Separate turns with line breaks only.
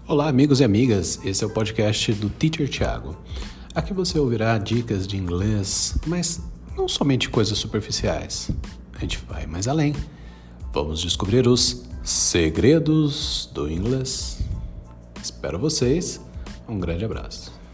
Olá, amigos e amigas, esse é o podcast do Teacher Thiago. Aqui você ouvirá dicas de inglês, mas não somente coisas superficiais. A gente vai mais além. Vamos descobrir os segredos do inglês. Espero vocês. Um grande abraço.